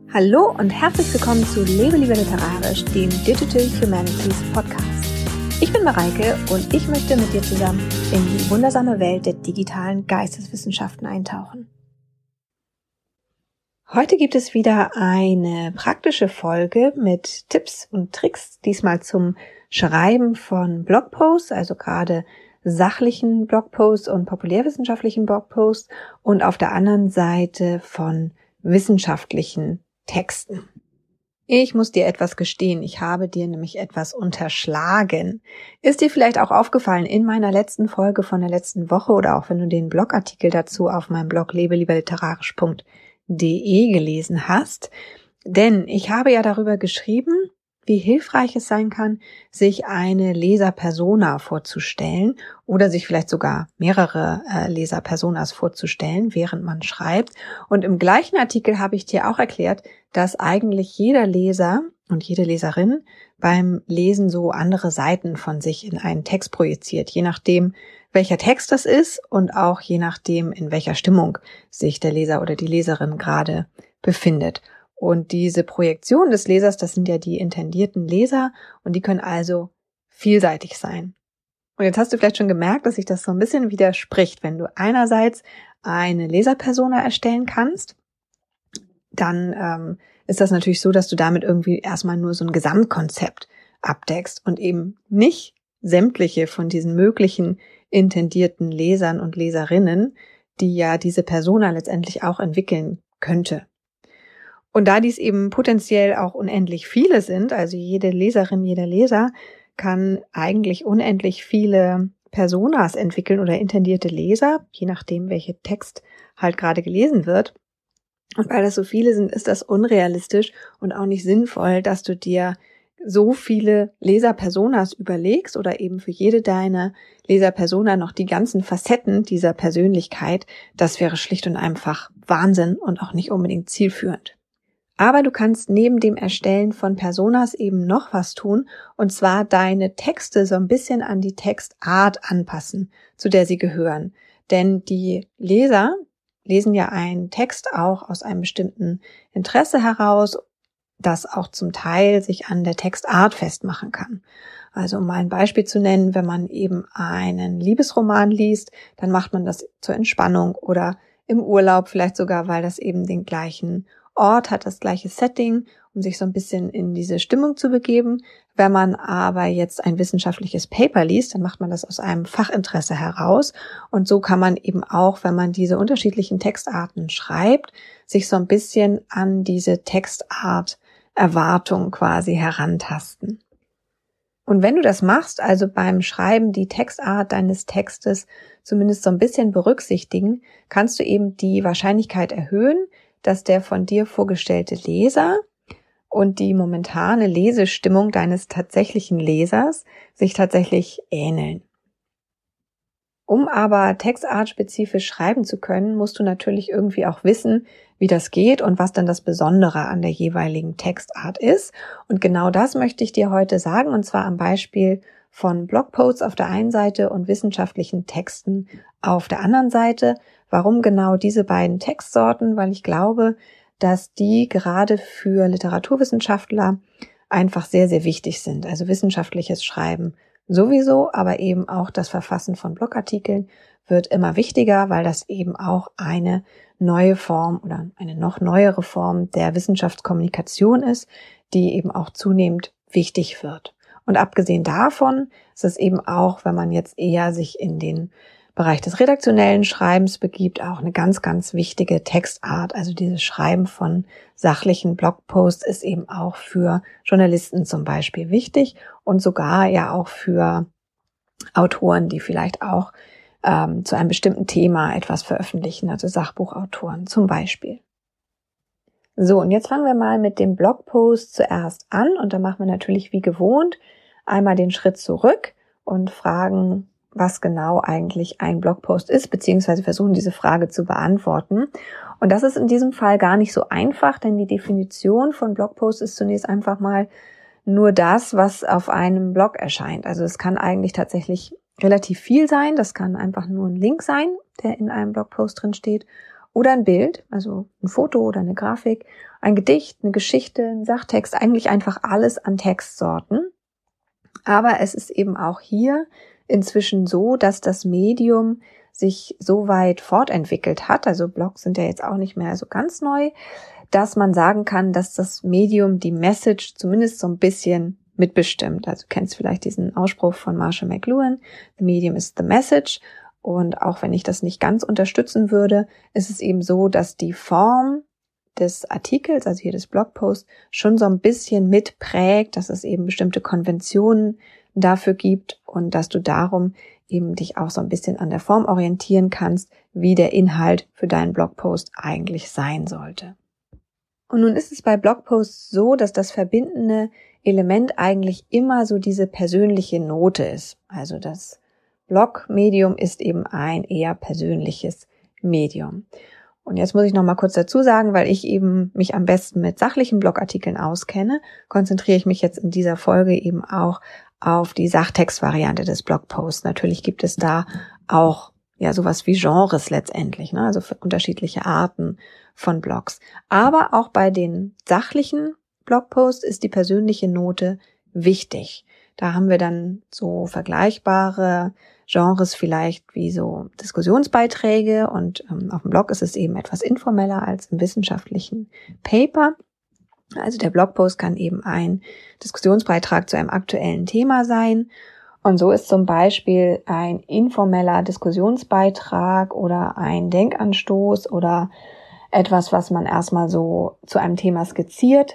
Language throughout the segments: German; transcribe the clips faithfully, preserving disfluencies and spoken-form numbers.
Hallo und herzlich willkommen zu Lebe lieber literarisch, dem Digital Humanities Podcast. Ich bin Mareike und ich möchte mit dir zusammen in die wundersame Welt der digitalen Geisteswissenschaften eintauchen. Heute gibt es wieder eine praktische Folge mit Tipps und Tricks, diesmal zum Schreiben von Blogposts, also gerade sachlichen Blogposts und populärwissenschaftlichen Blogposts und auf der anderen Seite von wissenschaftlichen Texten. Ich muss dir etwas gestehen, ich habe dir nämlich etwas unterschlagen. Ist dir vielleicht auch aufgefallen in meiner letzten Folge von der letzten Woche oder auch wenn du den Blogartikel dazu auf meinem Blog lebelieberliterarisch punkt de gelesen hast? Denn ich habe ja darüber geschrieben, wie hilfreich es sein kann, sich eine Leserpersona vorzustellen oder sich vielleicht sogar mehrere äh, Leserpersonas vorzustellen, während man schreibt. Und im gleichen Artikel habe ich dir auch erklärt, dass eigentlich jeder Leser und jede Leserin beim Lesen so andere Seiten von sich in einen Text projiziert, je nachdem, welcher Text das ist und auch je nachdem, in welcher Stimmung sich der Leser oder die Leserin gerade befindet. Und diese Projektion des Lesers, das sind ja die intendierten Leser und die können also vielseitig sein. Und jetzt hast du vielleicht schon gemerkt, dass sich das so ein bisschen widerspricht. Wenn du einerseits eine Leserpersona erstellen kannst, dann ähm, ist das natürlich so, dass du damit irgendwie erstmal nur so ein Gesamtkonzept abdeckst und eben nicht sämtliche von diesen möglichen intendierten Lesern und Leserinnen, die ja diese Persona letztendlich auch entwickeln könnte. Und da dies eben potenziell auch unendlich viele sind, also jede Leserin, jeder Leser kann eigentlich unendlich viele Personas entwickeln oder intendierte Leser, je nachdem, welcher Text halt gerade gelesen wird. Und weil das so viele sind, ist das unrealistisch und auch nicht sinnvoll, dass du dir so viele Leserpersonas überlegst oder eben für jede deiner Leserpersona noch die ganzen Facetten dieser Persönlichkeit. Das wäre schlicht und einfach Wahnsinn und auch nicht unbedingt zielführend. Aber du kannst neben dem Erstellen von Personas eben noch was tun, und zwar deine Texte so ein bisschen an die Textart anpassen, zu der sie gehören. Denn die Leser lesen ja einen Text auch aus einem bestimmten Interesse heraus, das auch zum Teil sich an der Textart festmachen kann. Also um mal ein Beispiel zu nennen, wenn man eben einen Liebesroman liest, dann macht man das zur Entspannung oder im Urlaub vielleicht sogar, weil das eben den gleichen Ort hat, das gleiche Setting, um sich so ein bisschen in diese Stimmung zu begeben. Wenn man aber jetzt ein wissenschaftliches Paper liest, dann macht man das aus einem Fachinteresse heraus. Und so kann man eben auch, wenn man diese unterschiedlichen Textarten schreibt, sich so ein bisschen an diese Textart-Erwartung quasi herantasten. Und wenn du das machst, also beim Schreiben die Textart deines Textes zumindest so ein bisschen berücksichtigen, kannst du eben die Wahrscheinlichkeit erhöhen, dass der von dir vorgestellte Leser und die momentane Lesestimmung deines tatsächlichen Lesers sich tatsächlich ähneln. Um aber textartspezifisch schreiben zu können, musst du natürlich irgendwie auch wissen, wie das geht und was dann das Besondere an der jeweiligen Textart ist. Und genau das möchte ich dir heute sagen, und zwar am Beispiel von Blogposts auf der einen Seite und wissenschaftlichen Texten auf der anderen Seite. Warum genau diese beiden Textsorten? Weil ich glaube, dass die gerade für Literaturwissenschaftler einfach sehr, sehr wichtig sind. Also wissenschaftliches Schreiben sowieso, aber eben auch das Verfassen von Blogartikeln wird immer wichtiger, weil das eben auch eine neue Form oder eine noch neuere Form der Wissenschaftskommunikation ist, die eben auch zunehmend wichtig wird. Und abgesehen davon ist es eben auch, wenn man jetzt eher sich in den Bereich des redaktionellen Schreibens begibt, auch eine ganz, ganz wichtige Textart. Also dieses Schreiben von sachlichen Blogposts ist eben auch für Journalisten zum Beispiel wichtig und sogar ja auch für Autoren, die vielleicht auch ähm, zu einem bestimmten Thema etwas veröffentlichen, also Sachbuchautoren zum Beispiel. So, und jetzt fangen wir mal mit dem Blogpost zuerst an und dann machen wir natürlich wie gewohnt einmal den Schritt zurück und fragen, was genau eigentlich ein Blogpost ist, beziehungsweise versuchen, diese Frage zu beantworten. Und das ist in diesem Fall gar nicht so einfach, denn die Definition von Blogpost ist zunächst einfach mal nur das, was auf einem Blog erscheint. Also es kann eigentlich tatsächlich relativ viel sein. Das kann einfach nur ein Link sein, der in einem Blogpost drin steht, oder ein Bild, also ein Foto oder eine Grafik. ein Gedicht, eine Geschichte, ein Sachtext, eigentlich einfach alles an Textsorten. Aber es ist eben auch hier inzwischen so, dass das Medium sich so weit fortentwickelt hat, also Blogs sind ja jetzt auch nicht mehr so ganz neu, dass man sagen kann, dass das Medium die Message zumindest so ein bisschen mitbestimmt. Also du kennst vielleicht diesen Ausspruch von Marshall McLuhan, the medium is the message. Und auch wenn ich das nicht ganz unterstützen würde, ist es eben so, dass die Form des Artikels, also hier des Blogposts, schon so ein bisschen mitprägt, dass es eben bestimmte Konventionen dafür gibt und dass du darum eben dich auch so ein bisschen an der Form orientieren kannst, wie der Inhalt für deinen Blogpost eigentlich sein sollte. Und nun ist es bei Blogposts so, dass das verbindende Element eigentlich immer so diese persönliche Note ist. Also das Blog-Medium ist eben ein eher persönliches Medium. Und jetzt muss ich noch mal kurz dazu sagen, weil ich eben mich am besten mit sachlichen Blogartikeln auskenne, konzentriere ich mich jetzt in dieser Folge eben auch auf die Sachtextvariante des Blogposts. Natürlich gibt es da auch ja sowas wie Genres letztendlich, ne? Also für unterschiedliche Arten von Blogs. Aber auch bei den sachlichen Blogposts ist die persönliche Note wichtig. Da haben wir dann so vergleichbare Genres vielleicht wie so Diskussionsbeiträge und ähm, auf dem Blog ist es eben etwas informeller als im wissenschaftlichen Paper. Also der Blogpost kann eben ein Diskussionsbeitrag zu einem aktuellen Thema sein. Und so ist zum Beispiel ein informeller Diskussionsbeitrag oder ein Denkanstoß oder etwas, was man erstmal so zu einem Thema skizziert,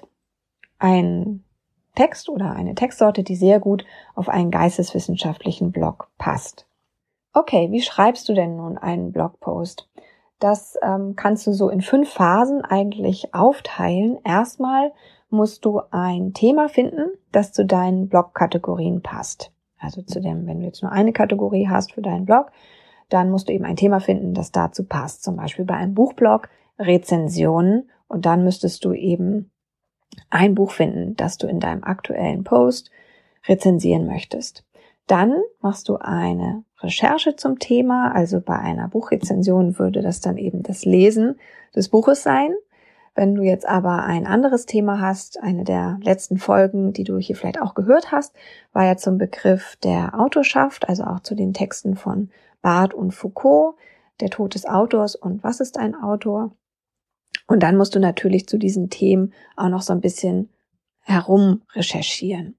ein Text oder eine Textsorte, die sehr gut auf einen geisteswissenschaftlichen Blog passt. Okay, wie schreibst du denn nun einen Blogpost? Das ähm, kannst du so in fünf Phasen eigentlich aufteilen. Erstmal musst du ein Thema finden, das zu deinen Blogkategorien passt. Also zu dem, wenn du jetzt nur eine Kategorie hast für deinen Blog, dann musst du eben ein Thema finden, das dazu passt. Zum Beispiel bei einem Buchblog Rezensionen und dann müsstest du eben ein Buch finden, das du in deinem aktuellen Post rezensieren möchtest. Dann machst du eine Recherche zum Thema, also bei einer Buchrezension würde das dann eben das Lesen des Buches sein. Wenn du jetzt aber ein anderes Thema hast, eine der letzten Folgen, die du hier vielleicht auch gehört hast, war ja zum Begriff der Autorschaft, also auch zu den Texten von Barth und Foucault, der Tod des Autors und was ist ein Autor? Und dann musst du natürlich zu diesen Themen auch noch so ein bisschen herum recherchieren.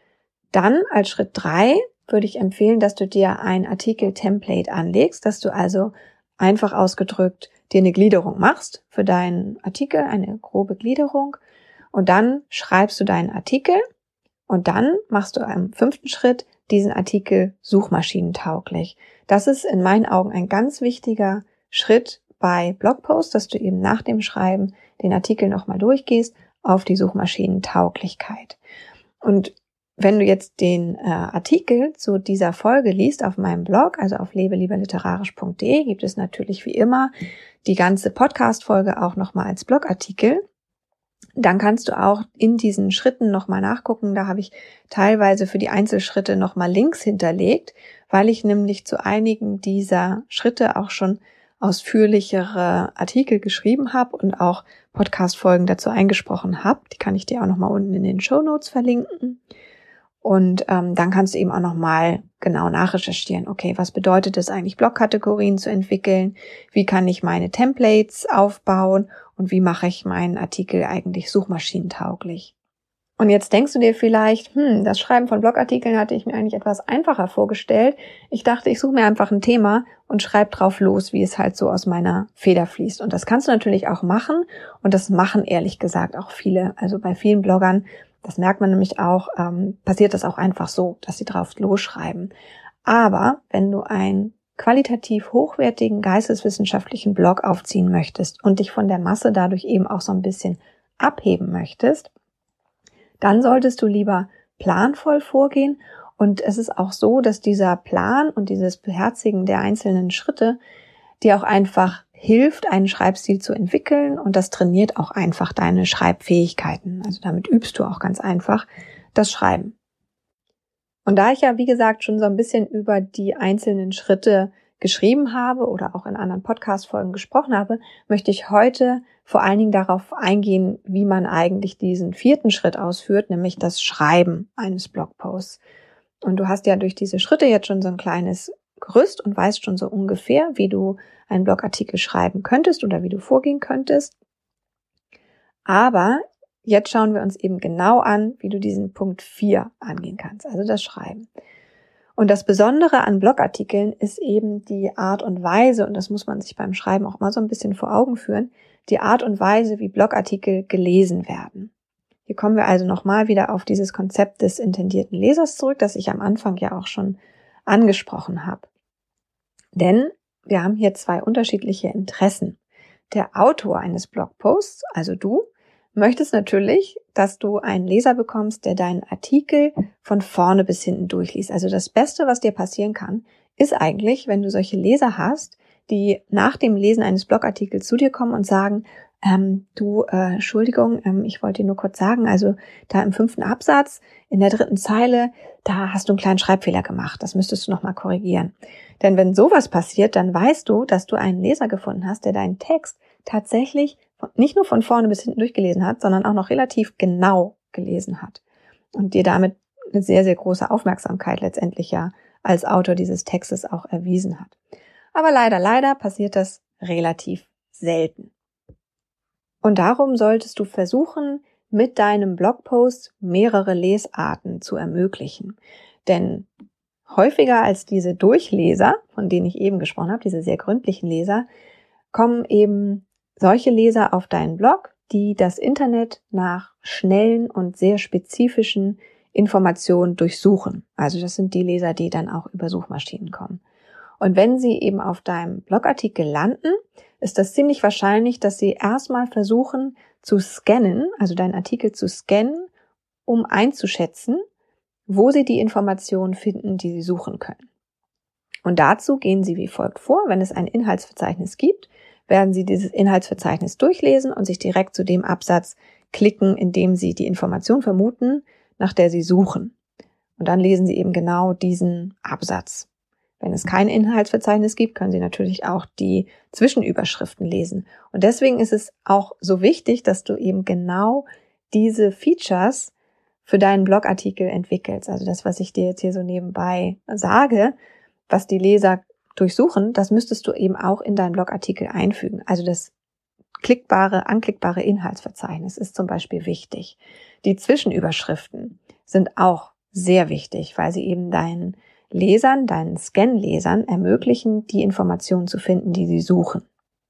Dann als Schritt drei würde ich empfehlen, dass du dir ein Artikel-Template anlegst, dass du also einfach ausgedrückt dir eine Gliederung machst für deinen Artikel, eine grobe Gliederung und dann schreibst du deinen Artikel und dann machst du im fünften Schritt diesen Artikel suchmaschinentauglich. Das ist in meinen Augen ein ganz wichtiger Schritt bei Blogposts, dass du eben nach dem Schreiben den Artikel nochmal durchgehst auf die Suchmaschinentauglichkeit. Und wenn du jetzt den äh, Artikel zu dieser Folge liest auf meinem Blog, also auf lebelieberliterarisch punkt de, gibt es natürlich wie immer die ganze Podcast-Folge auch nochmal als Blogartikel. Dann kannst du auch in diesen Schritten nochmal nachgucken. Da habe ich teilweise für die Einzelschritte nochmal Links hinterlegt, weil ich nämlich zu einigen dieser Schritte auch schon ausführlichere Artikel geschrieben habe und auch Podcast-Folgen dazu eingesprochen habe. Die kann ich dir auch nochmal unten in den Shownotes verlinken. Und ähm, dann kannst du eben auch nochmal genau nachrecherchieren. Okay, was bedeutet es eigentlich, Blogkategorien zu entwickeln? Wie kann ich meine Templates aufbauen? Und wie mache ich meinen Artikel eigentlich suchmaschinentauglich? Und jetzt denkst du dir vielleicht, hm, das Schreiben von Blogartikeln hatte ich mir eigentlich etwas einfacher vorgestellt. Ich dachte, ich suche mir einfach ein Thema und schreibe drauf los, wie es halt so aus meiner Feder fließt. Und das kannst du natürlich auch machen. Und das machen ehrlich gesagt auch viele. Also bei vielen Bloggern, das merkt man nämlich auch, ähm, passiert das auch einfach so, dass sie drauf losschreiben. Aber wenn du einen qualitativ hochwertigen geisteswissenschaftlichen Blog aufziehen möchtest und dich von der Masse dadurch eben auch so ein bisschen abheben möchtest, dann solltest du lieber planvoll vorgehen. Und es ist auch so, dass dieser Plan und dieses Beherzigen der einzelnen Schritte dir auch einfach hilft, einen Schreibstil zu entwickeln und das trainiert auch einfach deine Schreibfähigkeiten. Also damit übst du auch ganz einfach das Schreiben. Und da ich ja, wie gesagt, schon so ein bisschen über die einzelnen Schritte geschrieben habe oder auch in anderen Podcast-Folgen gesprochen habe, möchte ich heute vor allen Dingen darauf eingehen, wie man eigentlich diesen vierten Schritt ausführt, nämlich das Schreiben eines Blogposts. Und du hast ja durch diese Schritte jetzt schon so ein kleines Gerüst und weißt schon so ungefähr, wie du einen Blogartikel schreiben könntest oder wie du vorgehen könntest. Aber jetzt schauen wir uns eben genau an, wie du diesen Punkt vier angehen kannst, also das Schreiben. Und das Besondere an Blogartikeln ist eben die Art und Weise, und das muss man sich beim Schreiben auch mal so ein bisschen vor Augen führen, die Art und Weise, wie Blogartikel gelesen werden. Hier kommen wir also nochmal wieder auf dieses Konzept des intendierten Lesers zurück, das ich am Anfang ja auch schon angesprochen habe. Denn wir haben hier zwei unterschiedliche Interessen. Der Autor eines Blogposts, also du, möchtest natürlich, dass du einen Leser bekommst, der deinen Artikel von vorne bis hinten durchliest. Also das Beste, was dir passieren kann, ist eigentlich, wenn du solche Leser hast, die nach dem Lesen eines Blogartikels zu dir kommen und sagen, ähm, du, äh, Entschuldigung, ähm, ich wollte dir nur kurz sagen, also da im fünften Absatz, in der dritten Zeile, da hast du einen kleinen Schreibfehler gemacht. Das müsstest du nochmal korrigieren. Denn wenn sowas passiert, dann weißt du, dass du einen Leser gefunden hast, der deinen Text tatsächlich nicht nur von vorne bis hinten durchgelesen hat, sondern auch noch relativ genau gelesen hat und dir damit eine sehr, sehr große Aufmerksamkeit letztendlich ja als Autor dieses Textes auch erwiesen hat. Aber leider, leider passiert das relativ selten. Und darum solltest du versuchen, mit deinem Blogpost mehrere Lesarten zu ermöglichen. Denn häufiger als diese Durchleser, von denen ich eben gesprochen habe, diese sehr gründlichen Leser, kommen eben solche Leser auf deinen Blog, die das Internet nach schnellen und sehr spezifischen Informationen durchsuchen. Also das sind die Leser, die dann auch über Suchmaschinen kommen. Und wenn sie eben auf deinem Blogartikel landen, ist das ziemlich wahrscheinlich, dass sie erstmal versuchen zu scannen, also deinen Artikel zu scannen, um einzuschätzen, wo sie die Informationen finden, die sie suchen können. Und dazu gehen sie wie folgt vor. Wenn es ein Inhaltsverzeichnis gibt, werden Sie dieses Inhaltsverzeichnis durchlesen und sich direkt zu dem Absatz klicken, in dem Sie die Information vermuten, nach der Sie suchen. Und dann lesen Sie eben genau diesen Absatz. Wenn es kein Inhaltsverzeichnis gibt, können Sie natürlich auch die Zwischenüberschriften lesen. Und deswegen ist es auch so wichtig, dass du eben genau diese Features für deinen Blogartikel entwickelst. Also das, was ich dir jetzt hier so nebenbei sage, was die Leser durchsuchen, das müsstest du eben auch in deinen Blogartikel einfügen. Also das klickbare, anklickbare Inhaltsverzeichnis ist zum Beispiel wichtig. Die Zwischenüberschriften sind auch sehr wichtig, weil sie eben deinen Lesern, deinen Scan-Lesern ermöglichen, die Informationen zu finden, die sie suchen.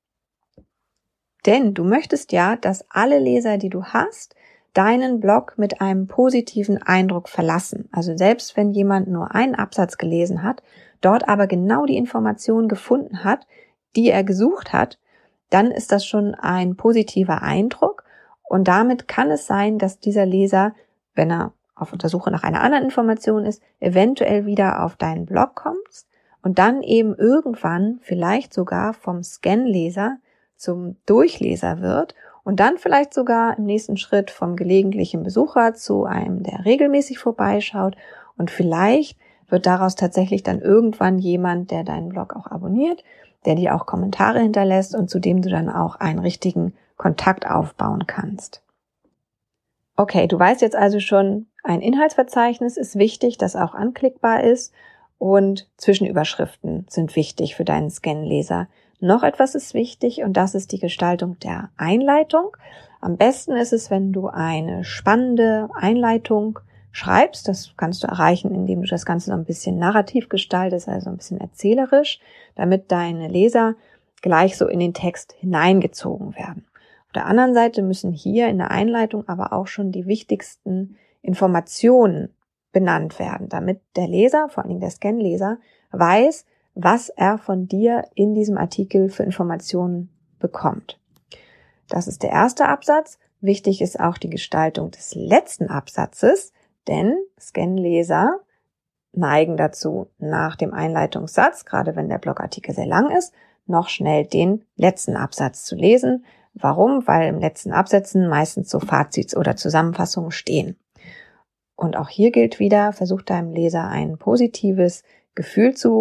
Denn du möchtest ja, dass alle Leser, die du hast, deinen Blog mit einem positiven Eindruck verlassen. Also selbst wenn jemand nur einen Absatz gelesen hat, dort aber genau die Information gefunden hat, die er gesucht hat, dann ist das schon ein positiver Eindruck und damit kann es sein, dass dieser Leser, wenn er auf der Suche nach einer anderen Information ist, eventuell wieder auf deinen Blog kommt und dann eben irgendwann vielleicht sogar vom Scan-Leser zum Durchleser wird und dann vielleicht sogar im nächsten Schritt vom gelegentlichen Besucher zu einem, der regelmäßig vorbeischaut und vielleicht wird daraus tatsächlich dann irgendwann jemand, der deinen Blog auch abonniert, der dir auch Kommentare hinterlässt und zu dem du dann auch einen richtigen Kontakt aufbauen kannst. Okay, du weißt jetzt also schon, ein Inhaltsverzeichnis ist wichtig, das auch anklickbar ist und Zwischenüberschriften sind wichtig für deinen Scan-Leser. Noch etwas ist wichtig und das ist die Gestaltung der Einleitung. Am besten ist es, wenn du eine spannende Einleitung schreibst. Das kannst du erreichen, indem du das Ganze so ein bisschen narrativ gestaltest, also ein bisschen erzählerisch, damit deine Leser gleich so in den Text hineingezogen werden. Auf der anderen Seite müssen hier in der Einleitung aber auch schon die wichtigsten Informationen benannt werden, damit der Leser, vor allen Dingen der Scan-Leser, weiß, was er von dir in diesem Artikel für Informationen bekommt. Das ist der erste Absatz. Wichtig ist auch die Gestaltung des letzten Absatzes, denn Scan-Leser neigen dazu, nach dem Einleitungssatz, gerade wenn der Blogartikel sehr lang ist, noch schnell den letzten Absatz zu lesen. Warum? Weil im letzten Absätzen meistens so Fazits oder Zusammenfassungen stehen. Und auch hier gilt wieder, versuch deinem Leser ein positives Gefühl zu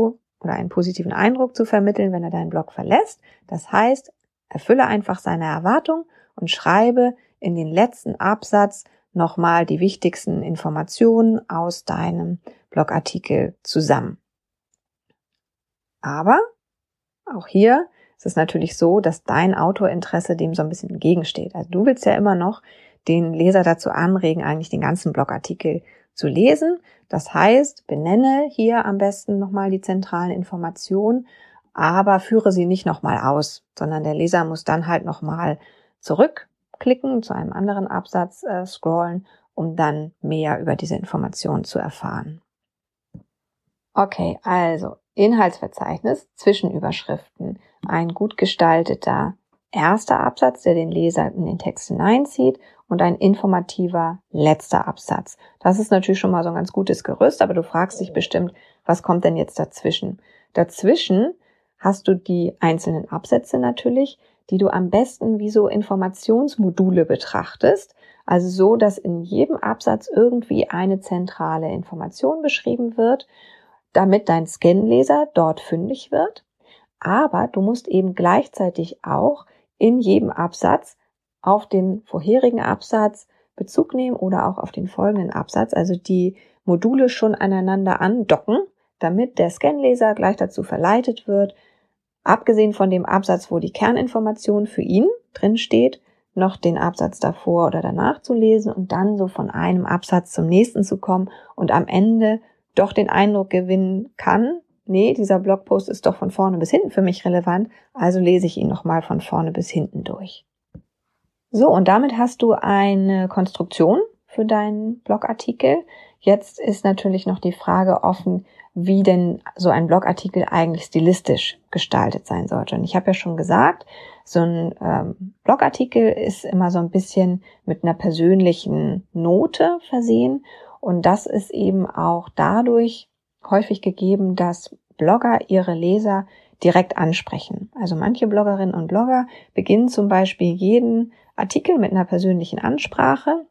oder einen positiven Eindruck zu vermitteln, wenn er deinen Blog verlässt. Das heißt, erfülle einfach seine Erwartung und schreibe in den letzten Absatz nochmal die wichtigsten Informationen aus deinem Blogartikel zusammen. Aber auch hier ist es natürlich so, dass dein Autorinteresse dem so ein bisschen entgegensteht. Also du willst ja immer noch den Leser dazu anregen, eigentlich den ganzen Blogartikel zu lesen. Das heißt, benenne hier am besten nochmal die zentralen Informationen, aber führe sie nicht nochmal aus, sondern der Leser muss dann halt nochmal zurückklicken, zu einem anderen Absatz äh, scrollen, um dann mehr über diese Informationen zu erfahren. Okay, also Inhaltsverzeichnis, Zwischenüberschriften, ein gut gestalteter erster Absatz, der den Leser in den Text hineinzieht und ein informativer letzter Absatz. Das ist natürlich schon mal so ein ganz gutes Gerüst, aber du fragst dich bestimmt, was kommt denn jetzt dazwischen? Dazwischen hast du die einzelnen Absätze natürlich, die du am besten wie so Informationsmodule betrachtest, also so, dass in jedem Absatz irgendwie eine zentrale Information beschrieben wird, damit dein Scanleser dort fündig wird. Aber du musst eben gleichzeitig auch in jedem Absatz auf den vorherigen Absatz Bezug nehmen oder auch auf den folgenden Absatz, also die Module schon aneinander andocken, damit der Scanleser gleich dazu verleitet wird, abgesehen von dem Absatz, wo die Kerninformation für ihn drin steht, noch den Absatz davor oder danach zu lesen und dann so von einem Absatz zum nächsten zu kommen und am Ende doch den Eindruck gewinnen kann, nee, dieser Blogpost ist doch von vorne bis hinten für mich relevant, also lese ich ihn nochmal von vorne bis hinten durch. So, und damit hast du eine Konstruktion für deinen Blogartikel. Jetzt ist natürlich noch die Frage offen, wie denn so ein Blogartikel eigentlich stilistisch gestaltet sein sollte. Und ich habe ja schon gesagt, so ein ähm, Blogartikel ist immer so ein bisschen mit einer persönlichen Note versehen. Und das ist eben auch dadurch häufig gegeben, dass Blogger ihre Leser direkt ansprechen. Also manche Bloggerinnen und Blogger beginnen zum Beispiel jeden Artikel mit einer persönlichen Ansprache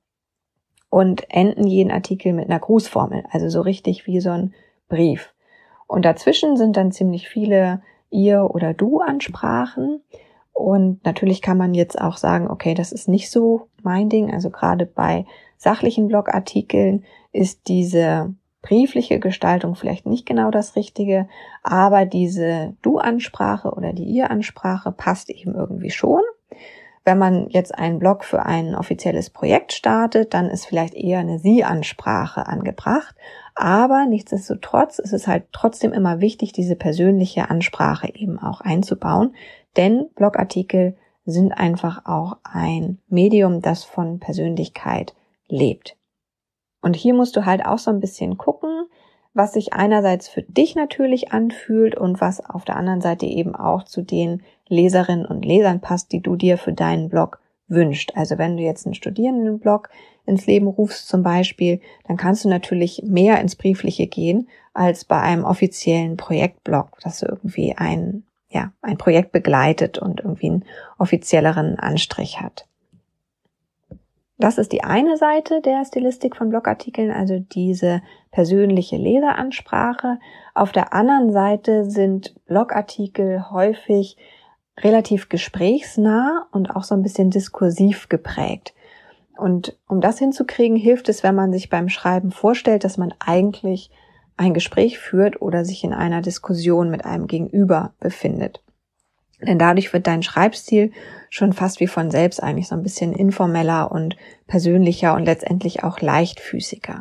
und enden jeden Artikel mit einer Grußformel, also so richtig wie so ein Brief. Und dazwischen sind dann ziemlich viele Ihr- oder Du-Ansprachen. Und natürlich kann man jetzt auch sagen, okay, das ist nicht so mein Ding. Also gerade bei sachlichen Blogartikeln ist diese briefliche Gestaltung vielleicht nicht genau das Richtige, aber diese Du-Ansprache oder die Ihr-Ansprache passt eben irgendwie schon. Wenn man jetzt einen Blog für ein offizielles Projekt startet, dann ist vielleicht eher eine Sie-Ansprache angebracht. Aber nichtsdestotrotz ist es halt trotzdem immer wichtig, diese persönliche Ansprache eben auch einzubauen. Denn Blogartikel sind einfach auch ein Medium, das von Persönlichkeit lebt. Und hier musst du halt auch so ein bisschen gucken, was sich einerseits für dich natürlich anfühlt und was auf der anderen Seite eben auch zu den Leserinnen und Lesern passt, die du dir für deinen Blog wünschst. Also wenn du jetzt einen Studierendenblog ins Leben rufst zum Beispiel, dann kannst du natürlich mehr ins Briefliche gehen als bei einem offiziellen Projektblog, das irgendwie ein, ja, ein Projekt begleitet und irgendwie einen offizielleren Anstrich hat. Das ist die eine Seite der Stilistik von Blogartikeln, also diese persönliche Leseransprache. Auf der anderen Seite sind Blogartikel häufig relativ gesprächsnah und auch so ein bisschen diskursiv geprägt. Und um das hinzukriegen, hilft es, wenn man sich beim Schreiben vorstellt, dass man eigentlich ein Gespräch führt oder sich in einer Diskussion mit einem Gegenüber befindet. Denn dadurch wird dein Schreibstil schon fast wie von selbst eigentlich so ein bisschen informeller und persönlicher und letztendlich auch leichtfüßiger.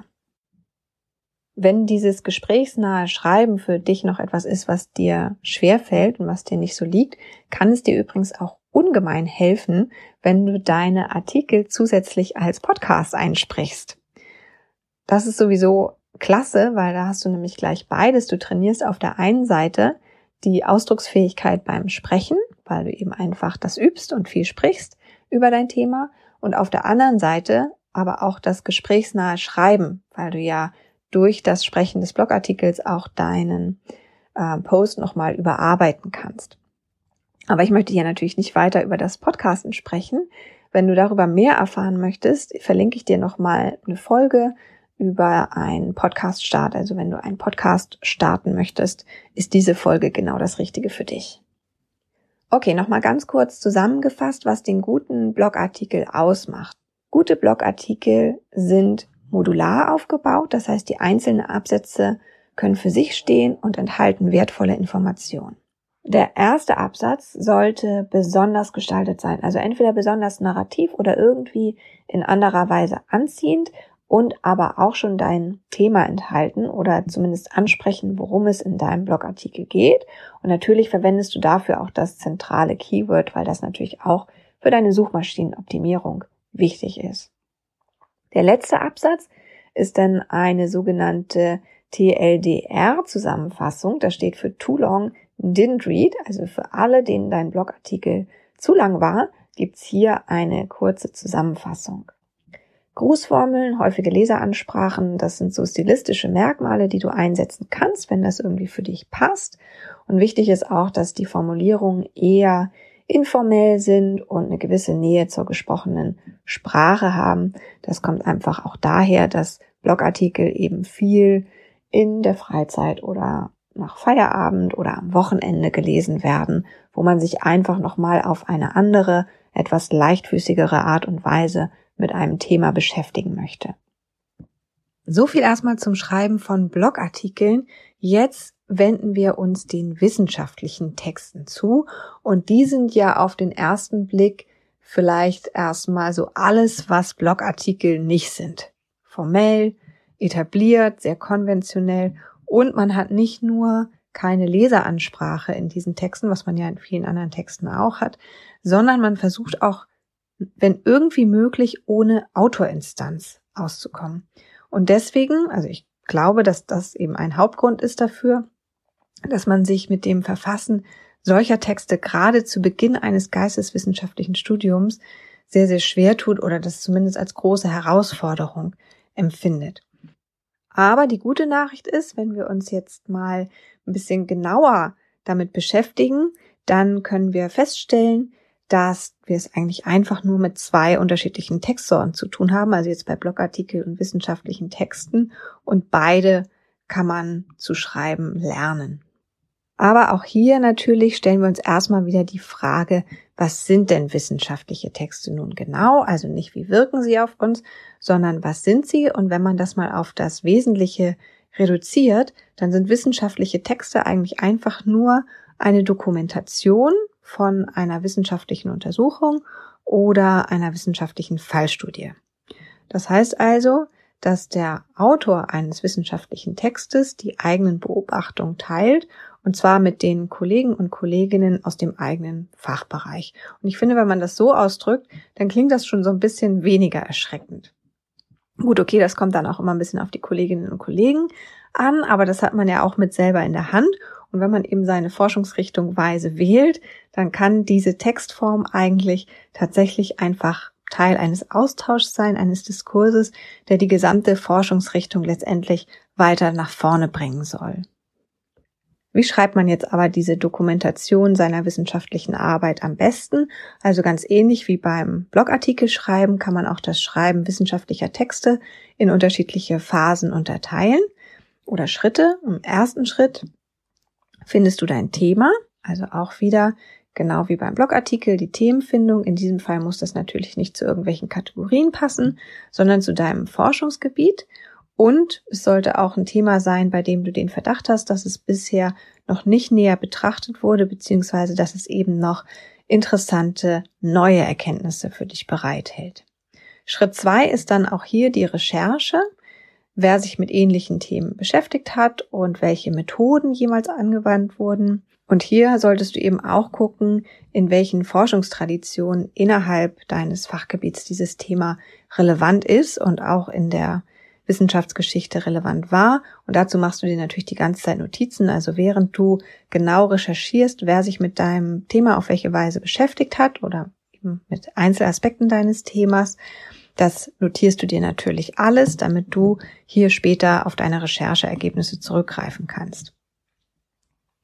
Wenn dieses gesprächsnahe Schreiben für dich noch etwas ist, was dir schwerfällt und was dir nicht so liegt, kann es dir übrigens auch ungemein helfen, wenn du deine Artikel zusätzlich als Podcast einsprichst. Das ist sowieso klasse, weil da hast du nämlich gleich beides. Du trainierst auf der einen Seite die Ausdrucksfähigkeit beim Sprechen, weil du eben einfach das übst und viel sprichst über dein Thema, und auf der anderen Seite aber auch das gesprächsnahe Schreiben, weil du ja durch das Sprechen des Blogartikels auch deinen äh, Post nochmal überarbeiten kannst. Aber ich möchte hier natürlich nicht weiter über das Podcasten sprechen. Wenn du darüber mehr erfahren möchtest, verlinke ich dir nochmal eine Folge über einen Podcast-Start. Also wenn du einen Podcast starten möchtest, ist diese Folge genau das Richtige für dich. Okay, nochmal ganz kurz zusammengefasst, was den guten Blogartikel ausmacht. Gute Blogartikel sind modular aufgebaut, das heißt, die einzelnen Absätze können für sich stehen und enthalten wertvolle Informationen. Der erste Absatz sollte besonders gestaltet sein, also entweder besonders narrativ oder irgendwie in anderer Weise anziehend und aber auch schon dein Thema enthalten oder zumindest ansprechen, worum es in deinem Blogartikel geht. Und natürlich verwendest du dafür auch das zentrale Keyword, weil das natürlich auch für deine Suchmaschinenoptimierung wichtig ist. Der letzte Absatz ist dann eine sogenannte T L D R-Zusammenfassung. Das steht für Too Long Didn't Read. Also für alle, denen dein Blogartikel zu lang war, gibt's hier eine kurze Zusammenfassung. Grußformeln, häufige Leseransprachen, das sind so stilistische Merkmale, die du einsetzen kannst, wenn das irgendwie für dich passt. Und wichtig ist auch, dass die Formulierungen eher informell sind und eine gewisse Nähe zur gesprochenen Sprache haben. Das kommt einfach auch daher, dass Blogartikel eben viel in der Freizeit oder nach Feierabend oder am Wochenende gelesen werden, wo man sich einfach nochmal auf eine andere, etwas leichtfüßigere Art und Weise mit einem Thema beschäftigen möchte. So viel erstmal zum Schreiben von Blogartikeln. Jetzt wenden wir uns den wissenschaftlichen Texten zu und die sind ja auf den ersten Blick vielleicht erstmal so alles, was Blogartikel nicht sind. Formell, etabliert, sehr konventionell und man hat nicht nur keine Leseransprache in diesen Texten, was man ja in vielen anderen Texten auch hat, sondern man versucht auch, wenn irgendwie möglich, ohne Autorinstanz auszukommen. Und deswegen, also ich glaube, dass das eben ein Hauptgrund ist dafür, dass man sich mit dem Verfassen solcher Texte gerade zu Beginn eines geisteswissenschaftlichen Studiums sehr, sehr schwer tut oder das zumindest als große Herausforderung empfindet. Aber die gute Nachricht ist, wenn wir uns jetzt mal ein bisschen genauer damit beschäftigen, dann können wir feststellen, dass wir es eigentlich einfach nur mit zwei unterschiedlichen Textsorten zu tun haben, also jetzt bei Blogartikeln und wissenschaftlichen Texten, und beide kann man zu schreiben lernen. Aber auch hier natürlich stellen wir uns erstmal wieder die Frage, was sind denn wissenschaftliche Texte nun genau? Also nicht, wie wirken sie auf uns, sondern was sind sie? Und wenn man das mal auf das Wesentliche reduziert, dann sind wissenschaftliche Texte eigentlich einfach nur eine Dokumentation von einer wissenschaftlichen Untersuchung oder einer wissenschaftlichen Fallstudie. Das heißt also, dass der Autor eines wissenschaftlichen Textes die eigenen Beobachtungen teilt, und zwar mit den Kollegen und Kolleginnen aus dem eigenen Fachbereich. Und ich finde, wenn man das so ausdrückt, dann klingt das schon so ein bisschen weniger erschreckend. Gut, okay, das kommt dann auch immer ein bisschen auf die Kolleginnen und Kollegen an, aber das hat man ja auch mit selber in der Hand. Und wenn man eben seine Forschungsrichtung weise wählt, dann kann diese Textform eigentlich tatsächlich einfach Teil eines Austauschs sein, eines Diskurses, der die gesamte Forschungsrichtung letztendlich weiter nach vorne bringen soll. Wie schreibt man jetzt aber diese Dokumentation seiner wissenschaftlichen Arbeit am besten? Also ganz ähnlich wie beim Blogartikel schreiben, kann man auch das Schreiben wissenschaftlicher Texte in unterschiedliche Phasen unterteilen oder Schritte. Im ersten Schritt findest du dein Thema, also auch wieder genau wie beim Blogartikel die Themenfindung. In diesem Fall muss das natürlich nicht zu irgendwelchen Kategorien passen, sondern zu deinem Forschungsgebiet. Und es sollte auch ein Thema sein, bei dem du den Verdacht hast, dass es bisher noch nicht näher betrachtet wurde, beziehungsweise dass es eben noch interessante neue Erkenntnisse für dich bereithält. Schritt zwei ist dann auch hier die Recherche, wer sich mit ähnlichen Themen beschäftigt hat und welche Methoden jemals angewandt wurden. Und hier solltest du eben auch gucken, in welchen Forschungstraditionen innerhalb deines Fachgebiets dieses Thema relevant ist und auch in der Wissenschaftsgeschichte relevant war. Und dazu machst du dir natürlich die ganze Zeit Notizen, also während du genau recherchierst, wer sich mit deinem Thema auf welche Weise beschäftigt hat oder eben mit Einzelaspekten deines Themas. Das notierst du dir natürlich alles, damit du hier später auf deine Rechercheergebnisse zurückgreifen kannst.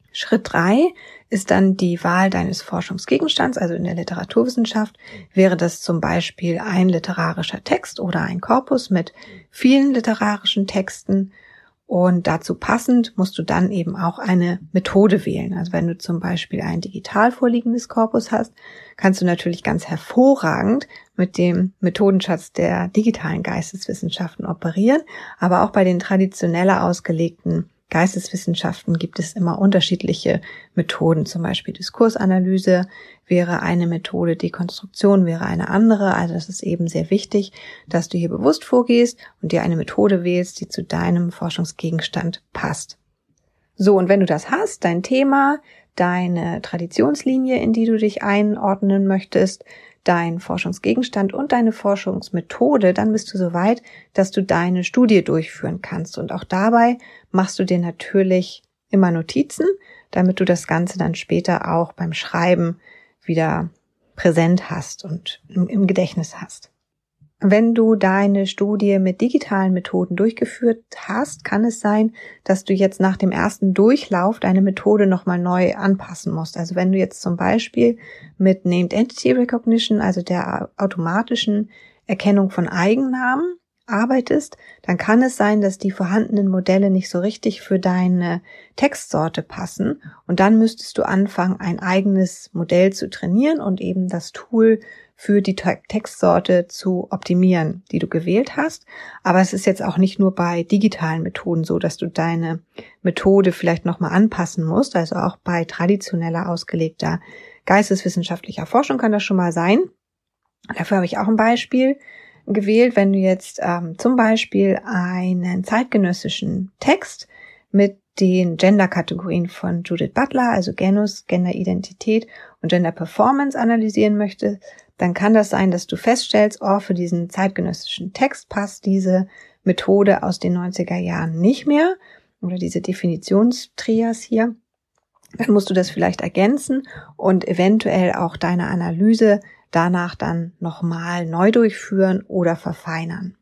Schritt drei ist dann die Wahl deines Forschungsgegenstands, also in der Literaturwissenschaft wäre das zum Beispiel ein literarischer Text oder ein Korpus mit vielen literarischen Texten. Und dazu passend musst du dann eben auch eine Methode wählen. Also wenn du zum Beispiel ein digital vorliegendes Korpus hast, kannst du natürlich ganz hervorragend mit dem Methodenschatz der digitalen Geisteswissenschaften operieren. Aber auch bei den traditioneller ausgelegten Geisteswissenschaften gibt es immer unterschiedliche Methoden. Zum Beispiel Diskursanalyse wäre eine Methode, Dekonstruktion wäre eine andere. Also das ist eben sehr wichtig, dass du hier bewusst vorgehst und dir eine Methode wählst, die zu deinem Forschungsgegenstand passt. So, und wenn du das hast, dein Thema, deine Traditionslinie, in die du dich einordnen möchtest, dein Forschungsgegenstand und deine Forschungsmethode, dann bist du so weit, dass du deine Studie durchführen kannst. Und auch dabei machst du dir natürlich immer Notizen, damit du das Ganze dann später auch beim Schreiben wieder präsent hast und im, im Gedächtnis hast. Wenn du deine Studie mit digitalen Methoden durchgeführt hast, kann es sein, dass du jetzt nach dem ersten Durchlauf deine Methode nochmal neu anpassen musst. Also wenn du jetzt zum Beispiel mit Named Entity Recognition, also der automatischen Erkennung von Eigennamen, arbeitest, dann kann es sein, dass die vorhandenen Modelle nicht so richtig für deine Textsorte passen. Und dann müsstest du anfangen, ein eigenes Modell zu trainieren und eben das Tool für die Textsorte zu optimieren, die du gewählt hast. Aber es ist jetzt auch nicht nur bei digitalen Methoden so, dass du deine Methode vielleicht nochmal anpassen musst. Also auch bei traditioneller ausgelegter geisteswissenschaftlicher Forschung kann das schon mal sein. Dafür habe ich auch ein Beispiel gewählt. Wenn du jetzt ähm, zum Beispiel einen zeitgenössischen Text mit den Gender-Kategorien von Judith Butler, also Genus, Gender-Identität und Gender-Performance analysieren möchtest, dann kann das sein, dass du feststellst, oh, für diesen zeitgenössischen Text passt diese Methode aus den neunziger Jahren nicht mehr oder diese Definitionstrias hier. Dann musst du das vielleicht ergänzen und eventuell auch deine Analyse danach dann nochmal neu durchführen oder verfeinern.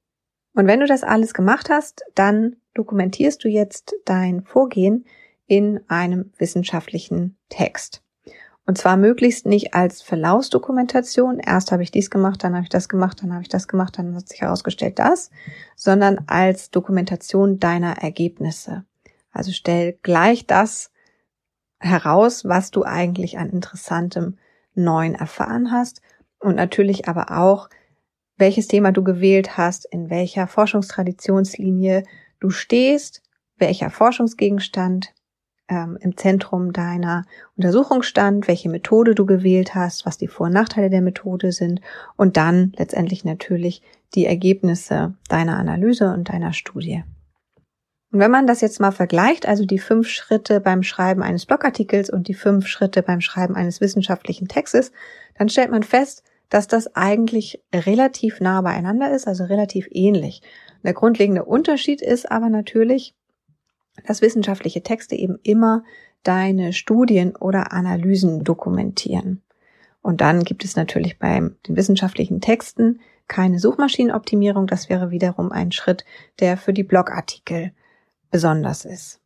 Und wenn du das alles gemacht hast, dann dokumentierst du jetzt dein Vorgehen in einem wissenschaftlichen Text. Und zwar möglichst nicht als Verlaufsdokumentation, erst habe ich dies gemacht, dann habe ich das gemacht, dann habe ich das gemacht, dann hat sich herausgestellt das, sondern als Dokumentation deiner Ergebnisse. Also stell gleich das heraus, was du eigentlich an interessantem Neuen erfahren hast und natürlich aber auch, welches Thema du gewählt hast, in welcher Forschungstraditionslinie du stehst, welcher Forschungsgegenstand ähm, im Zentrum deiner Untersuchung stand, welche Methode du gewählt hast, was die Vor- und Nachteile der Methode sind und dann letztendlich natürlich die Ergebnisse deiner Analyse und deiner Studie. Und wenn man das jetzt mal vergleicht, also die fünf Schritte beim Schreiben eines Blogartikels und die fünf Schritte beim Schreiben eines wissenschaftlichen Textes, dann stellt man fest, dass das eigentlich relativ nah beieinander ist, also relativ ähnlich. Der grundlegende Unterschied ist aber natürlich, dass wissenschaftliche Texte eben immer deine Studien oder Analysen dokumentieren. Und dann gibt es natürlich bei den wissenschaftlichen Texten keine Suchmaschinenoptimierung. Das wäre wiederum ein Schritt, der für die Blogartikel besonders ist.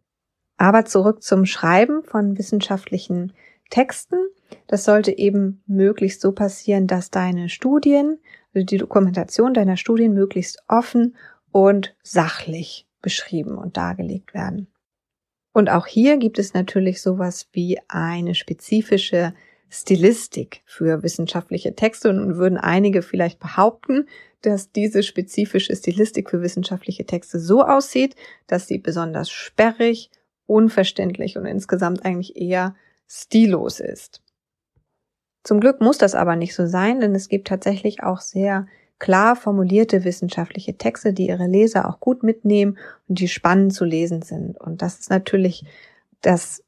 Aber zurück zum Schreiben von wissenschaftlichen Texten. Das sollte eben möglichst so passieren, dass deine Studien, also die Dokumentation deiner Studien möglichst offen und sachlich beschrieben und dargelegt werden. Und auch hier gibt es natürlich sowas wie eine spezifische Stilistik für wissenschaftliche Texte und nun würden einige vielleicht behaupten, dass diese spezifische Stilistik für wissenschaftliche Texte so aussieht, dass sie besonders sperrig, unverständlich und insgesamt eigentlich eher stillos ist. Zum Glück muss das aber nicht so sein, denn es gibt tatsächlich auch sehr klar formulierte wissenschaftliche Texte, die ihre Leser auch gut mitnehmen und die spannend zu lesen sind. Und das ist natürlich das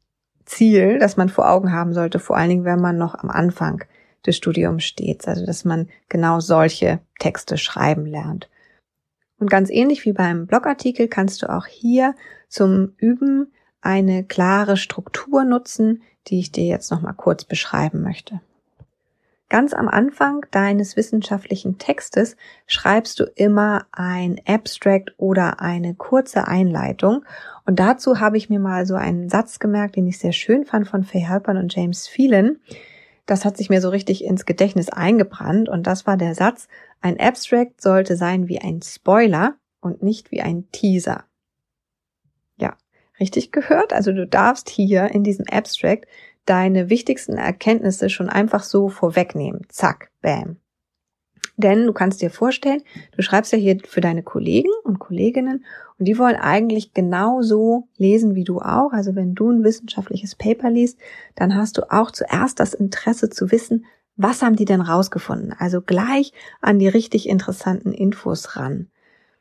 Ziel, das man vor Augen haben sollte, vor allen Dingen, wenn man noch am Anfang des Studiums steht, also dass man genau solche Texte schreiben lernt. Und ganz ähnlich wie beim Blogartikel kannst du auch hier zum Üben eine klare Struktur nutzen, die ich dir jetzt noch mal kurz beschreiben möchte. Ganz am Anfang deines wissenschaftlichen Textes schreibst du immer ein Abstract oder eine kurze Einleitung. Und dazu habe ich mir mal so einen Satz gemerkt, den ich sehr schön fand von Fay Halpern und James Phelan. Das hat sich mir so richtig ins Gedächtnis eingebrannt. Und das war der Satz: Ein Abstract sollte sein wie ein Spoiler und nicht wie ein Teaser. Ja, richtig gehört. Also du darfst hier in diesem Abstract deine wichtigsten Erkenntnisse schon einfach so vorwegnehmen. Zack, bam. Denn du kannst dir vorstellen, du schreibst ja hier für deine Kollegen und Kolleginnen und die wollen eigentlich genauso lesen wie du auch. Also wenn du ein wissenschaftliches Paper liest, dann hast du auch zuerst das Interesse zu wissen, was haben die denn rausgefunden? Also gleich an die richtig interessanten Infos ran.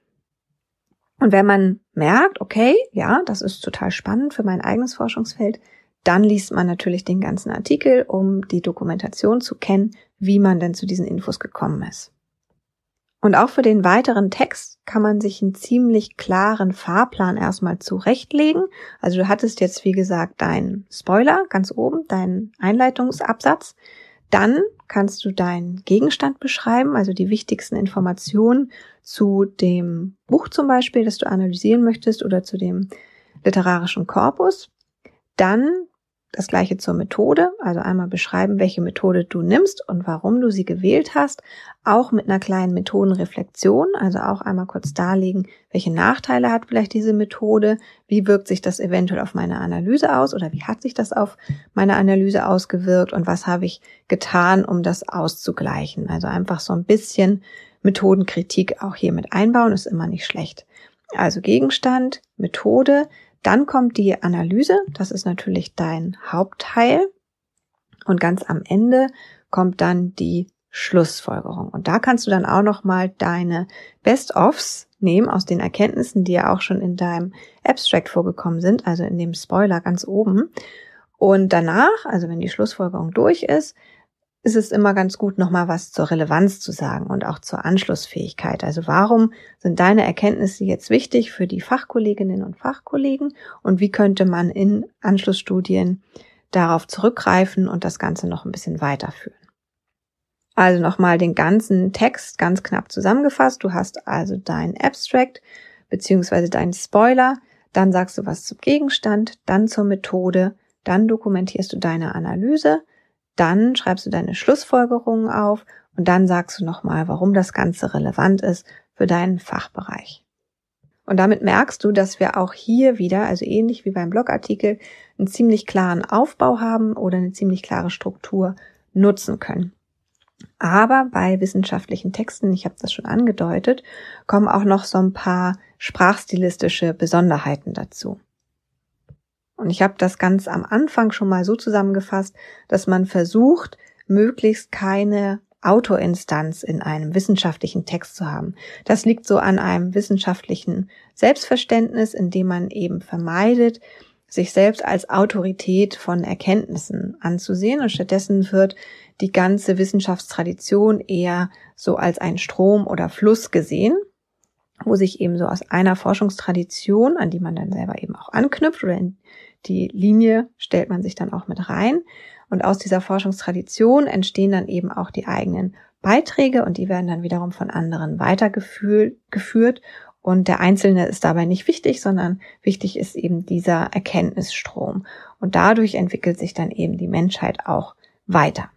Und wenn man merkt, okay, ja, das ist total spannend für mein eigenes Forschungsfeld, dann liest man natürlich den ganzen Artikel, um die Dokumentation zu kennen, wie man denn zu diesen Infos gekommen ist. Und auch für den weiteren Text kann man sich einen ziemlich klaren Fahrplan erstmal zurechtlegen. Also du hattest jetzt, wie gesagt, deinen Spoiler ganz oben, deinen Einleitungsabsatz. Dann kannst du deinen Gegenstand beschreiben, also die wichtigsten Informationen zu dem Buch zum Beispiel, das du analysieren möchtest, oder zu dem literarischen Korpus. Dann das Gleiche zur Methode, also einmal beschreiben, welche Methode du nimmst und warum du sie gewählt hast, auch mit einer kleinen Methodenreflexion, also auch einmal kurz darlegen, welche Nachteile hat vielleicht diese Methode, wie wirkt sich das eventuell auf meine Analyse aus oder wie hat sich das auf meine Analyse ausgewirkt und was habe ich getan, um das auszugleichen. Also einfach so ein bisschen Methodenkritik auch hier mit einbauen, ist immer nicht schlecht. Also Gegenstand, Methode. Dann kommt die Analyse, das ist natürlich dein Hauptteil. Und ganz am Ende kommt dann die Schlussfolgerung. Und da kannst du dann auch nochmal deine Best-ofs nehmen aus den Erkenntnissen, die ja auch schon in deinem Abstract vorgekommen sind, also in dem Spoiler ganz oben. Und danach, also wenn die Schlussfolgerung durch ist, ist es immer ganz gut, nochmal was zur Relevanz zu sagen und auch zur Anschlussfähigkeit. Also warum sind deine Erkenntnisse jetzt wichtig für die Fachkolleginnen und Fachkollegen und wie könnte man in Anschlussstudien darauf zurückgreifen und das Ganze noch ein bisschen weiterführen? Also nochmal den ganzen Text ganz knapp zusammengefasst. Du hast also dein Abstract beziehungsweise deinen Spoiler, dann sagst du was zum Gegenstand, dann zur Methode, dann dokumentierst du deine Analyse, dann schreibst du deine Schlussfolgerungen auf und dann sagst du nochmal, warum das Ganze relevant ist für deinen Fachbereich. Und damit merkst du, dass wir auch hier wieder, also ähnlich wie beim Blogartikel, einen ziemlich klaren Aufbau haben oder eine ziemlich klare Struktur nutzen können. Aber bei wissenschaftlichen Texten, ich habe das schon angedeutet, kommen auch noch so ein paar sprachstilistische Besonderheiten dazu. Und ich habe das ganz am Anfang schon mal so zusammengefasst, dass man versucht, möglichst keine Autorinstanz in einem wissenschaftlichen Text zu haben. Das liegt so an einem wissenschaftlichen Selbstverständnis, in dem man eben vermeidet, sich selbst als Autorität von Erkenntnissen anzusehen. Und stattdessen wird die ganze Wissenschaftstradition eher so als ein Strom oder Fluss gesehen, wo sich eben so aus einer Forschungstradition, an die man dann selber eben auch anknüpft oder in die Linie stellt man sich dann auch mit rein. Und aus dieser Forschungstradition entstehen dann eben auch die eigenen Beiträge und die werden dann wiederum von anderen weitergeführt. Und der Einzelne ist dabei nicht wichtig, sondern wichtig ist eben dieser Erkenntnisstrom. Und dadurch entwickelt sich dann eben die Menschheit auch weiter.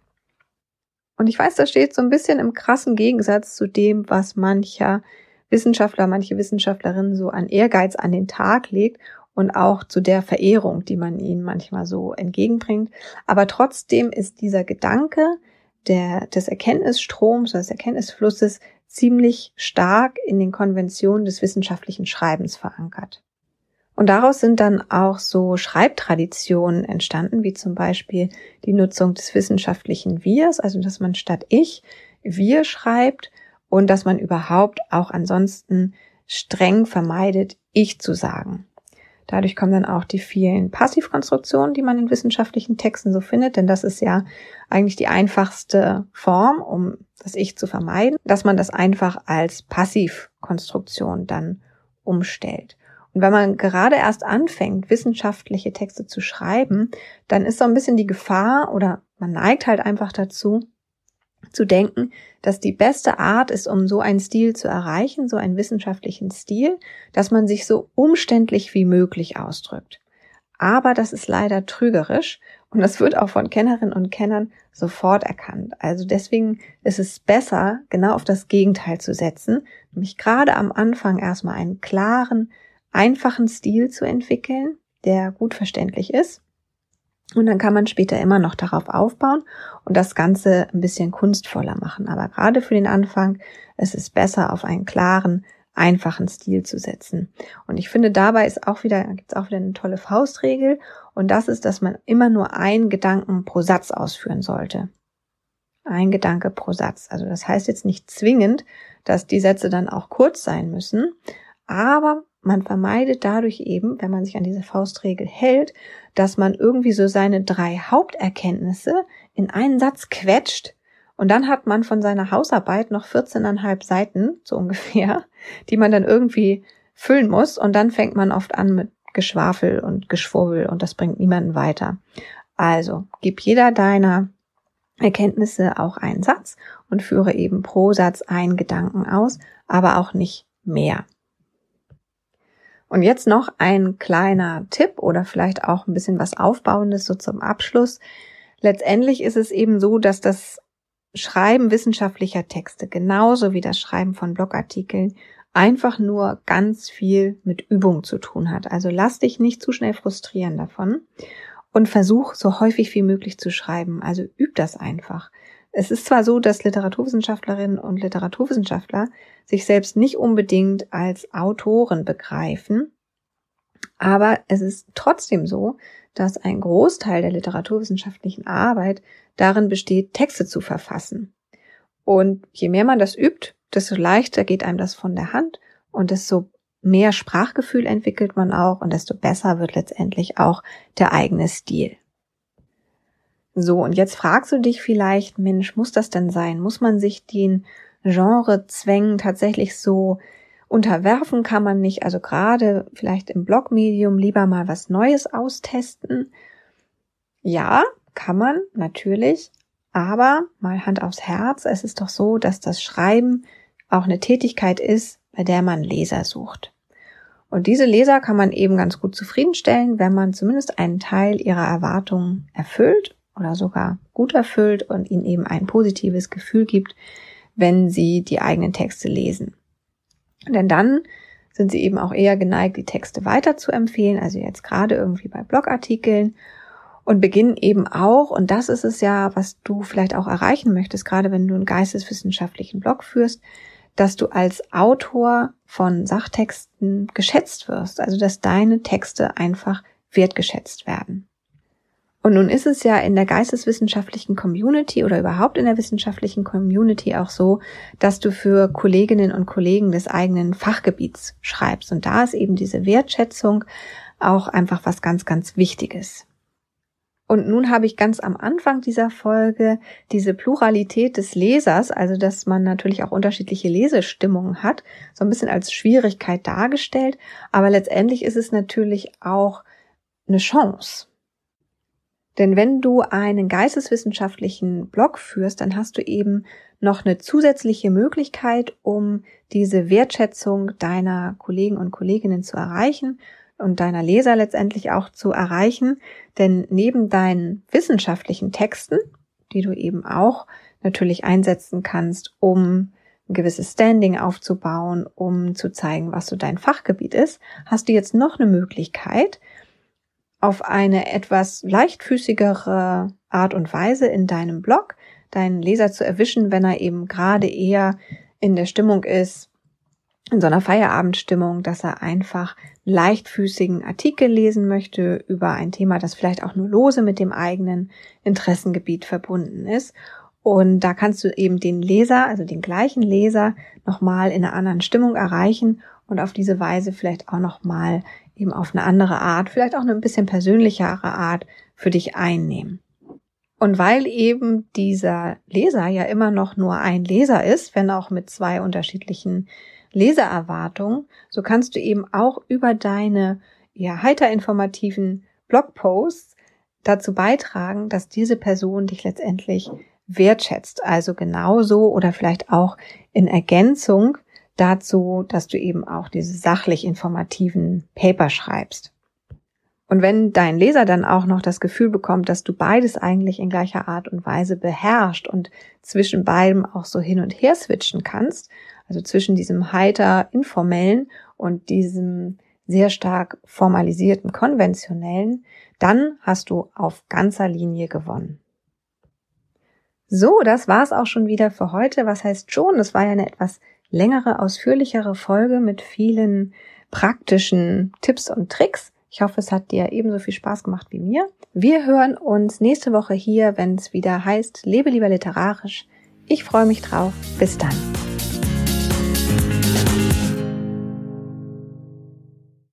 Und ich weiß, das steht so ein bisschen im krassen Gegensatz zu dem, was mancher Wissenschaftler, manche Wissenschaftlerinnen so an Ehrgeiz an den Tag legt und auch zu der Verehrung, die man ihnen manchmal so entgegenbringt. Aber trotzdem ist dieser Gedanke der, des Erkenntnisstroms, des Erkenntnisflusses ziemlich stark in den Konventionen des wissenschaftlichen Schreibens verankert. Und daraus sind dann auch so Schreibtraditionen entstanden, wie zum Beispiel die Nutzung des wissenschaftlichen Wirs, also dass man statt ich wir schreibt und dass man überhaupt auch ansonsten streng vermeidet, ich zu sagen. Dadurch kommen dann auch die vielen Passivkonstruktionen, die man in wissenschaftlichen Texten so findet, denn das ist ja eigentlich die einfachste Form, um das Ich zu vermeiden, dass man das einfach als Passivkonstruktion dann umstellt. Und wenn man gerade erst anfängt, wissenschaftliche Texte zu schreiben, dann ist so ein bisschen die Gefahr oder man neigt halt einfach dazu, zu denken, dass die beste Art ist, um so einen Stil zu erreichen, so einen wissenschaftlichen Stil, dass man sich so umständlich wie möglich ausdrückt. Aber das ist leider trügerisch und das wird auch von Kennerinnen und Kennern sofort erkannt. Also deswegen ist es besser, genau auf das Gegenteil zu setzen, nämlich gerade am Anfang erstmal einen klaren, einfachen Stil zu entwickeln, der gut verständlich ist. Und dann kann man später immer noch darauf aufbauen und das Ganze ein bisschen kunstvoller machen. Aber gerade für den Anfang ist es besser, auf einen klaren, einfachen Stil zu setzen. Und ich finde, dabei ist auch wieder, gibt es auch wieder eine tolle Faustregel. Und das ist, dass man immer nur einen Gedanken pro Satz ausführen sollte. Ein Gedanke pro Satz. Also das heißt jetzt nicht zwingend, dass die Sätze dann auch kurz sein müssen. Aber man vermeidet dadurch eben, wenn man sich an diese Faustregel hält, dass man irgendwie so seine drei Haupterkenntnisse in einen Satz quetscht und dann hat man von seiner Hausarbeit noch vierzehn Komma fünf Seiten, so ungefähr, die man dann irgendwie füllen muss und dann fängt man oft an mit Geschwafel und Geschwurbel und das bringt niemanden weiter. Also, gib jeder deiner Erkenntnisse auch einen Satz und führe eben pro Satz einen Gedanken aus, aber auch nicht mehr. Und jetzt noch ein kleiner Tipp oder vielleicht auch ein bisschen was Aufbauendes so zum Abschluss. Letztendlich ist es eben so, dass das Schreiben wissenschaftlicher Texte genauso wie das Schreiben von Blogartikeln einfach nur ganz viel mit Übung zu tun hat. Also lass dich nicht zu schnell frustrieren davon und versuch so häufig wie möglich zu schreiben. Also üb das einfach. Es ist zwar so, dass Literaturwissenschaftlerinnen und Literaturwissenschaftler sich selbst nicht unbedingt als Autoren begreifen, aber es ist trotzdem so, dass ein Großteil der literaturwissenschaftlichen Arbeit darin besteht, Texte zu verfassen. Und je mehr man das übt, desto leichter geht einem das von der Hand und desto mehr Sprachgefühl entwickelt man auch und desto besser wird letztendlich auch der eigene Stil. So, und jetzt fragst du dich vielleicht, Mensch, muss das denn sein? Muss man sich den Genrezwängen tatsächlich so unterwerfen? Kann man nicht, also gerade vielleicht im Blogmedium, lieber mal was Neues austesten? Ja, kann man, natürlich. Aber mal Hand aufs Herz, es ist doch so, dass das Schreiben auch eine Tätigkeit ist, bei der man Leser sucht. Und diese Leser kann man eben ganz gut zufriedenstellen, wenn man zumindest einen Teil ihrer Erwartungen erfüllt oder sogar gut erfüllt und ihnen eben ein positives Gefühl gibt, wenn sie die eigenen Texte lesen. Denn dann sind sie eben auch eher geneigt, die Texte weiter zu empfehlen, also jetzt gerade irgendwie bei Blogartikeln und beginnen eben auch, und das ist es ja, was du vielleicht auch erreichen möchtest, gerade wenn du einen geisteswissenschaftlichen Blog führst, dass du als Autor von Sachtexten geschätzt wirst, also dass deine Texte einfach wertgeschätzt werden. Und nun ist es ja in der geisteswissenschaftlichen Community oder überhaupt in der wissenschaftlichen Community auch so, dass du für Kolleginnen und Kollegen des eigenen Fachgebiets schreibst. Und da ist eben diese Wertschätzung auch einfach was ganz, ganz Wichtiges. Und nun habe ich ganz am Anfang dieser Folge diese Pluralität des Lesers, also dass man natürlich auch unterschiedliche Lesestimmungen hat, so ein bisschen als Schwierigkeit dargestellt. Aber letztendlich ist es natürlich auch eine Chance. Denn wenn du einen geisteswissenschaftlichen Blog führst, dann hast du eben noch eine zusätzliche Möglichkeit, um diese Wertschätzung deiner Kollegen und Kolleginnen zu erreichen und deiner Leser letztendlich auch zu erreichen. Denn neben deinen wissenschaftlichen Texten, die du eben auch natürlich einsetzen kannst, um ein gewisses Standing aufzubauen, um zu zeigen, was so dein Fachgebiet ist, hast du jetzt noch eine Möglichkeit, auf eine etwas leichtfüßigere Art und Weise in deinem Blog deinen Leser zu erwischen, wenn er eben gerade eher in der Stimmung ist, in so einer Feierabendstimmung, dass er einfach leichtfüßigen Artikel lesen möchte über ein Thema, das vielleicht auch nur lose mit dem eigenen Interessengebiet verbunden ist. Und da kannst du eben den Leser, also den gleichen Leser, nochmal in einer anderen Stimmung erreichen und auf diese Weise vielleicht auch nochmal eben auf eine andere Art, vielleicht auch eine ein bisschen persönlichere Art für dich einnehmen. Und weil eben dieser Leser ja immer noch nur ein Leser ist, wenn auch mit zwei unterschiedlichen Lesererwartungen, so kannst du eben auch über deine ja heiter informativen Blogposts dazu beitragen, dass diese Person dich letztendlich wertschätzt. Also genauso oder vielleicht auch in Ergänzung dazu, dass du eben auch diese sachlich informativen Paper schreibst. Und wenn dein Leser dann auch noch das Gefühl bekommt, dass du beides eigentlich in gleicher Art und Weise beherrschst und zwischen beidem auch so hin und her switchen kannst, also zwischen diesem heiter informellen und diesem sehr stark formalisierten konventionellen, dann hast du auf ganzer Linie gewonnen. So, das war's auch schon wieder für heute. Was heißt schon? Es war ja eine etwas längere, ausführlichere Folge mit vielen praktischen Tipps und Tricks. Ich hoffe, es hat dir ebenso viel Spaß gemacht wie mir. Wir hören uns nächste Woche hier, wenn es wieder heißt, lebe lieber literarisch. Ich freue mich drauf. Bis dann.